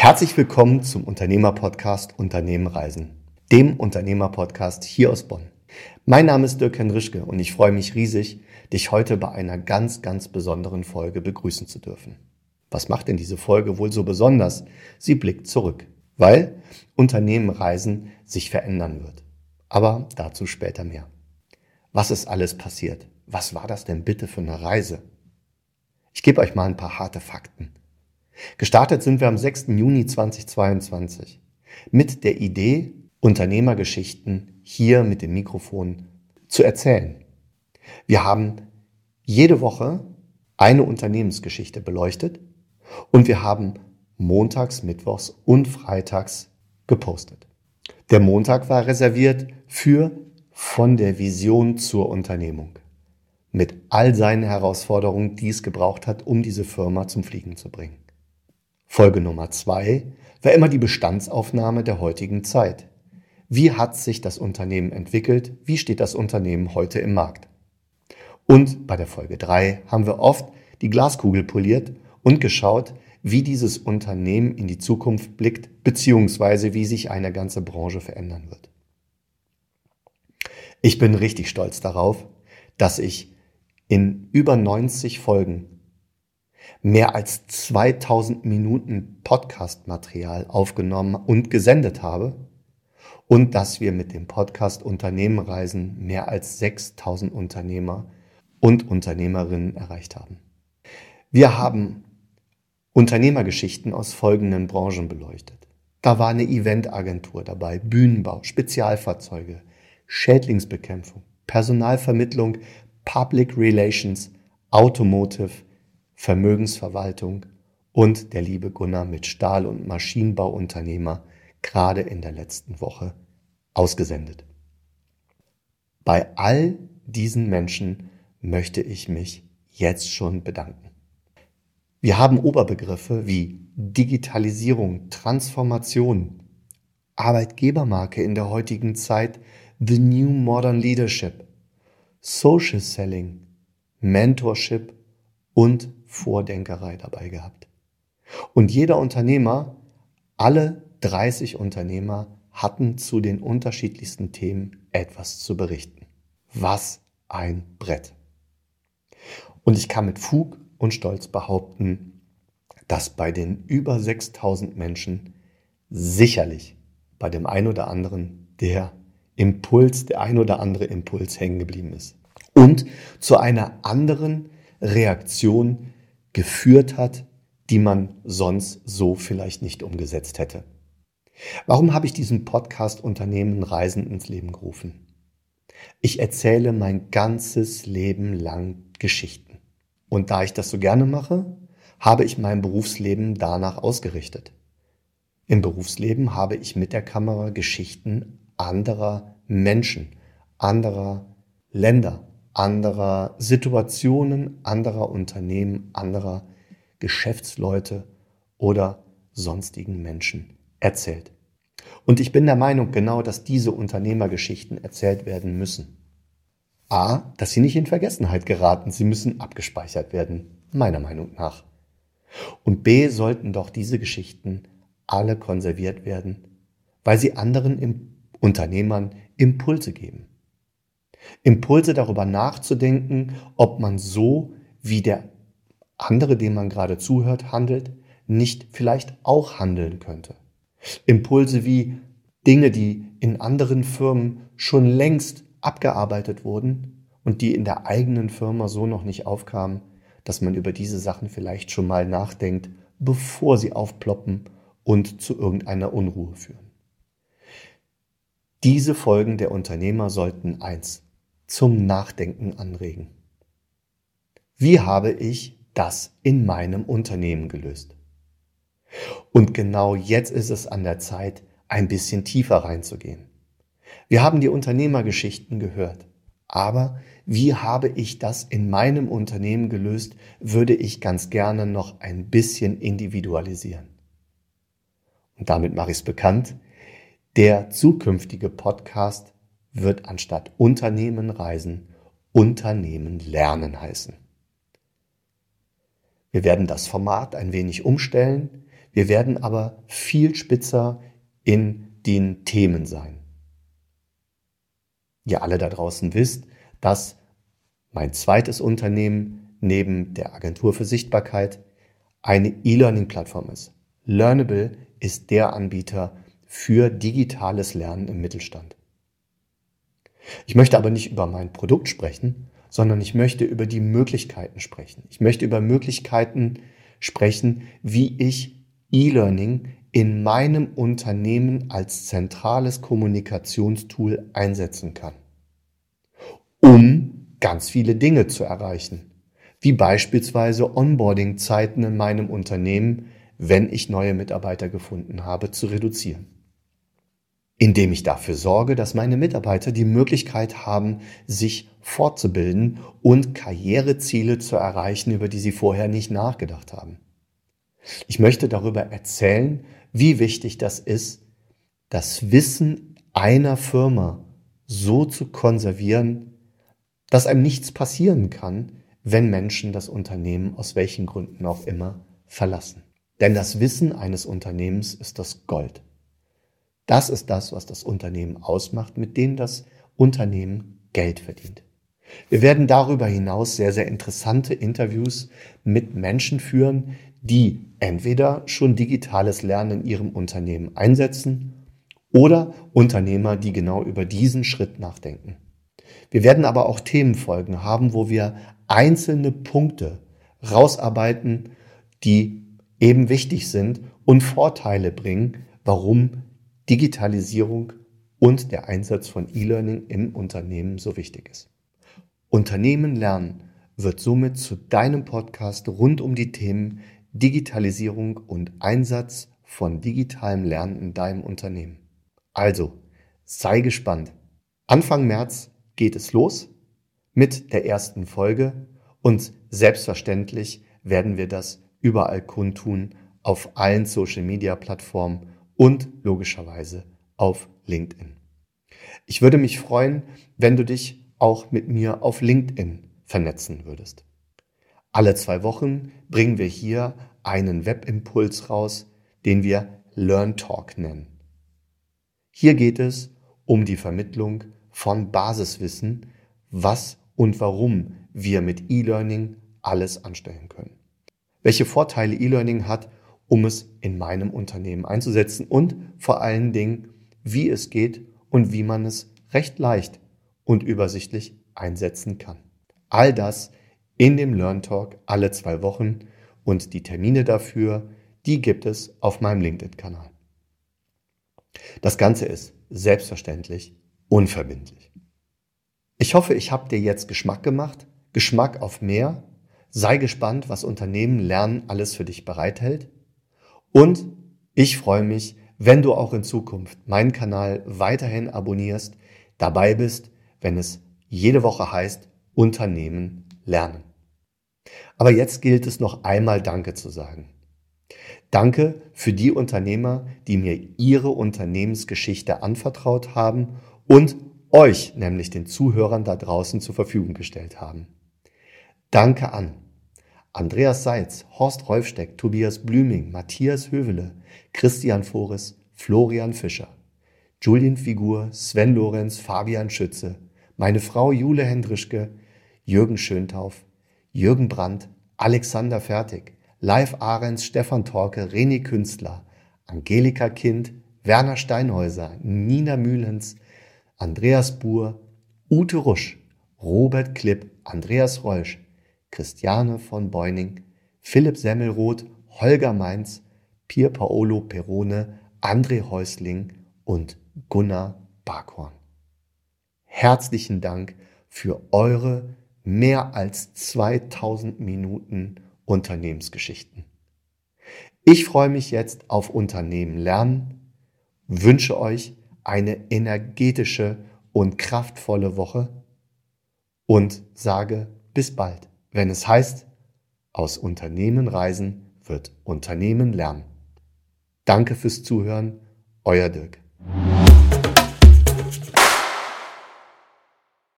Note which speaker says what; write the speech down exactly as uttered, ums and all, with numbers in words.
Speaker 1: Herzlich willkommen zum Unternehmer-Podcast Unternehmen reisen, dem Unternehmer-Podcast hier aus Bonn. Mein Name ist Dirk Henrischke und ich freue mich riesig, dich heute bei einer ganz, ganz besonderen Folge begrüßen zu dürfen. Was macht denn diese Folge wohl so besonders? Sie blickt zurück, weil Unternehmen reisen sich verändern wird. Aber dazu später mehr. Was ist alles passiert? Was war das denn bitte für eine Reise? Ich gebe euch mal ein paar harte Fakten. Gestartet sind wir am sechsten Juni zweitausendzweiundzwanzig mit der Idee, Unternehmergeschichten hier mit dem Mikrofon zu erzählen. Wir haben jede Woche eine Unternehmensgeschichte beleuchtet und wir haben montags, mittwochs und freitags gepostet. Der Montag war reserviert für von der Vision zur Unternehmung. Mit all seinen Herausforderungen, die es gebraucht hat, um diese Firma zum Fliegen zu bringen. Folge Nummer zwei war immer die Bestandsaufnahme der heutigen Zeit. Wie hat sich das Unternehmen entwickelt? Wie steht das Unternehmen heute im Markt? Und bei der Folge drei haben wir oft die Glaskugel poliert und geschaut, wie dieses Unternehmen in die Zukunft blickt, beziehungsweise wie sich eine ganze Branche verändern wird. Ich bin richtig stolz darauf, dass ich in über neunzig Folgen mehr als zweitausend Minuten Podcast-Material aufgenommen und gesendet habe und dass wir mit dem Podcast Unternehmen reisen mehr als sechstausend Unternehmer und Unternehmerinnen erreicht haben. Wir haben Unternehmergeschichten aus folgenden Branchen beleuchtet. Da war eine Eventagentur dabei, Bühnenbau, Spezialfahrzeuge, Schädlingsbekämpfung, Personalvermittlung, Public Relations, Automotive, Vermögensverwaltung und der liebe Gunnar mit Stahl- und Maschinenbauunternehmer gerade in der letzten Woche ausgesendet. Bei all diesen Menschen möchte ich mich jetzt schon bedanken. Wir haben Oberbegriffe wie Digitalisierung, Transformation, Arbeitgebermarke in der heutigen Zeit, The New Modern Leadership, Social Selling, Mentorship und Vordenkerei dabei gehabt. Und jeder Unternehmer, alle dreißig Unternehmer hatten zu den unterschiedlichsten Themen etwas zu berichten. Was ein Brett. Und ich kann mit Fug und Stolz behaupten, dass bei den über sechstausend Menschen sicherlich bei dem ein oder anderen der Impuls, der ein oder andere Impuls hängen geblieben ist. Und zu einer anderen Reaktion geführt hat, die man sonst so vielleicht nicht umgesetzt hätte. Warum habe ich diesen Podcast Unternehmen Reisen ins Leben gerufen? Ich erzähle mein ganzes Leben lang Geschichten. Und da ich das so gerne mache, habe ich mein Berufsleben danach ausgerichtet. Im Berufsleben habe ich mit der Kamera Geschichten anderer Menschen, anderer Länder, anderer Situationen, anderer Unternehmen, anderer Geschäftsleute oder sonstigen Menschen erzählt. Und ich bin der Meinung genau, dass diese Unternehmergeschichten erzählt werden müssen. A, dass sie nicht in Vergessenheit geraten, sie müssen abgespeichert werden, meiner Meinung nach. Und B, sollten doch diese Geschichten alle konserviert werden, weil sie anderen Unternehmern Impulse geben. Impulse darüber nachzudenken, ob man so, wie der andere, dem man gerade zuhört, handelt, nicht vielleicht auch handeln könnte. Impulse wie Dinge, die in anderen Firmen schon längst abgearbeitet wurden und die in der eigenen Firma so noch nicht aufkamen, dass man über diese Sachen vielleicht schon mal nachdenkt, bevor sie aufploppen und zu irgendeiner Unruhe führen. Diese Folgen der Unternehmer sollten eins zum Nachdenken anregen. Wie habe ich das in meinem Unternehmen gelöst? Und genau jetzt ist es an der Zeit, ein bisschen tiefer reinzugehen. Wir haben die Unternehmergeschichten gehört, aber wie habe ich das in meinem Unternehmen gelöst, würde ich ganz gerne noch ein bisschen individualisieren. Und damit mache ich es bekannt. Der zukünftige Podcast wird anstatt Unternehmen reisen, Unternehmen lernen heißen. Wir werden das Format ein wenig umstellen. Wir werden aber viel spitzer in den Themen sein. Ihr alle da draußen wisst, dass mein zweites Unternehmen neben der Agentur für Sichtbarkeit eine E-Learning-Plattform ist. Learnable ist der Anbieter für digitales Lernen im Mittelstand. Ich möchte aber nicht über mein Produkt sprechen, sondern ich möchte über die Möglichkeiten sprechen. Ich möchte über Möglichkeiten sprechen, wie ich E-Learning in meinem Unternehmen als zentrales Kommunikationstool einsetzen kann, um ganz viele Dinge zu erreichen, wie beispielsweise Onboarding-Zeiten in meinem Unternehmen, wenn ich neue Mitarbeiter gefunden habe, zu reduzieren. Indem ich dafür sorge, dass meine Mitarbeiter die Möglichkeit haben, sich fortzubilden und Karriereziele zu erreichen, über die sie vorher nicht nachgedacht haben. Ich möchte darüber erzählen, wie wichtig das ist, das Wissen einer Firma so zu konservieren, dass einem nichts passieren kann, wenn Menschen das Unternehmen aus welchen Gründen auch immer verlassen. Denn das Wissen eines Unternehmens ist das Gold. Das ist das, was das Unternehmen ausmacht, mit dem das Unternehmen Geld verdient. Wir werden darüber hinaus sehr, sehr interessante Interviews mit Menschen führen, die entweder schon digitales Lernen in ihrem Unternehmen einsetzen oder Unternehmer, die genau über diesen Schritt nachdenken. Wir werden aber auch Themenfolgen haben, wo wir einzelne Punkte rausarbeiten, die eben wichtig sind und Vorteile bringen, warum Digitalisierung und der Einsatz von E-Learning im Unternehmen so wichtig ist. Unternehmen lernen wird somit zu deinem Podcast rund um die Themen Digitalisierung und Einsatz von digitalem Lernen in deinem Unternehmen. Also, sei gespannt. Anfang März geht es los mit der ersten Folge und selbstverständlich werden wir das überall kundtun auf allen Social-Media-Plattformen und logischerweise auf LinkedIn. Ich würde mich freuen, wenn du dich auch mit mir auf LinkedIn vernetzen würdest. Alle zwei Wochen bringen wir hier einen Webimpuls raus, den wir Learn Talk nennen. Hier geht es um die Vermittlung von Basiswissen, was und warum wir mit E-Learning alles anstellen können. Welche Vorteile E-Learning hat, um es in meinem Unternehmen einzusetzen und vor allen Dingen, wie es geht und wie man es recht leicht und übersichtlich einsetzen kann. All das in dem Learn Talk alle zwei Wochen und die Termine dafür, die gibt es auf meinem LinkedIn-Kanal. Das Ganze ist selbstverständlich unverbindlich. Ich hoffe, ich habe dir jetzt Geschmack gemacht, Geschmack auf mehr. Sei gespannt, was Unternehmen Lernen alles für dich bereithält. Und ich freue mich, wenn du auch in Zukunft meinen Kanal weiterhin abonnierst, dabei bist, wenn es jede Woche heißt Unternehmen lernen. Aber jetzt gilt es noch einmal Danke zu sagen. Danke für die Unternehmer, die mir ihre Unternehmensgeschichte anvertraut haben und euch, nämlich den Zuhörern da draußen, zur Verfügung gestellt haben. Danke an Andreas Seitz, Horst Rolfsteck, Tobias Blüming, Matthias Hövele, Christian Voris, Florian Fischer, Julien Figur, Sven Lorenz, Fabian Schütze, meine Frau Jule Hendrischke, Jürgen Schöntauf, Jürgen Brandt, Alexander Fertig, Leif Ahrens, Stefan Torke, René Künstler, Angelika Kind, Werner Steinhäuser, Nina Mühlens, Andreas Buhr, Ute Rusch, Robert Klipp, Andreas Reusch, Christiane von Beuning, Philipp Semmelroth, Holger Mainz, Pier Paolo Perone, André Häusling und Gunnar Barkhorn. Herzlichen Dank für eure mehr als zweitausend Minuten Unternehmensgeschichten. Ich freue mich jetzt auf Unternehmen lernen, wünsche euch eine energetische und kraftvolle Woche und sage bis bald, wenn es heißt, aus Unternehmen reisen wird Unternehmen lernen. Danke fürs Zuhören, euer Dirk.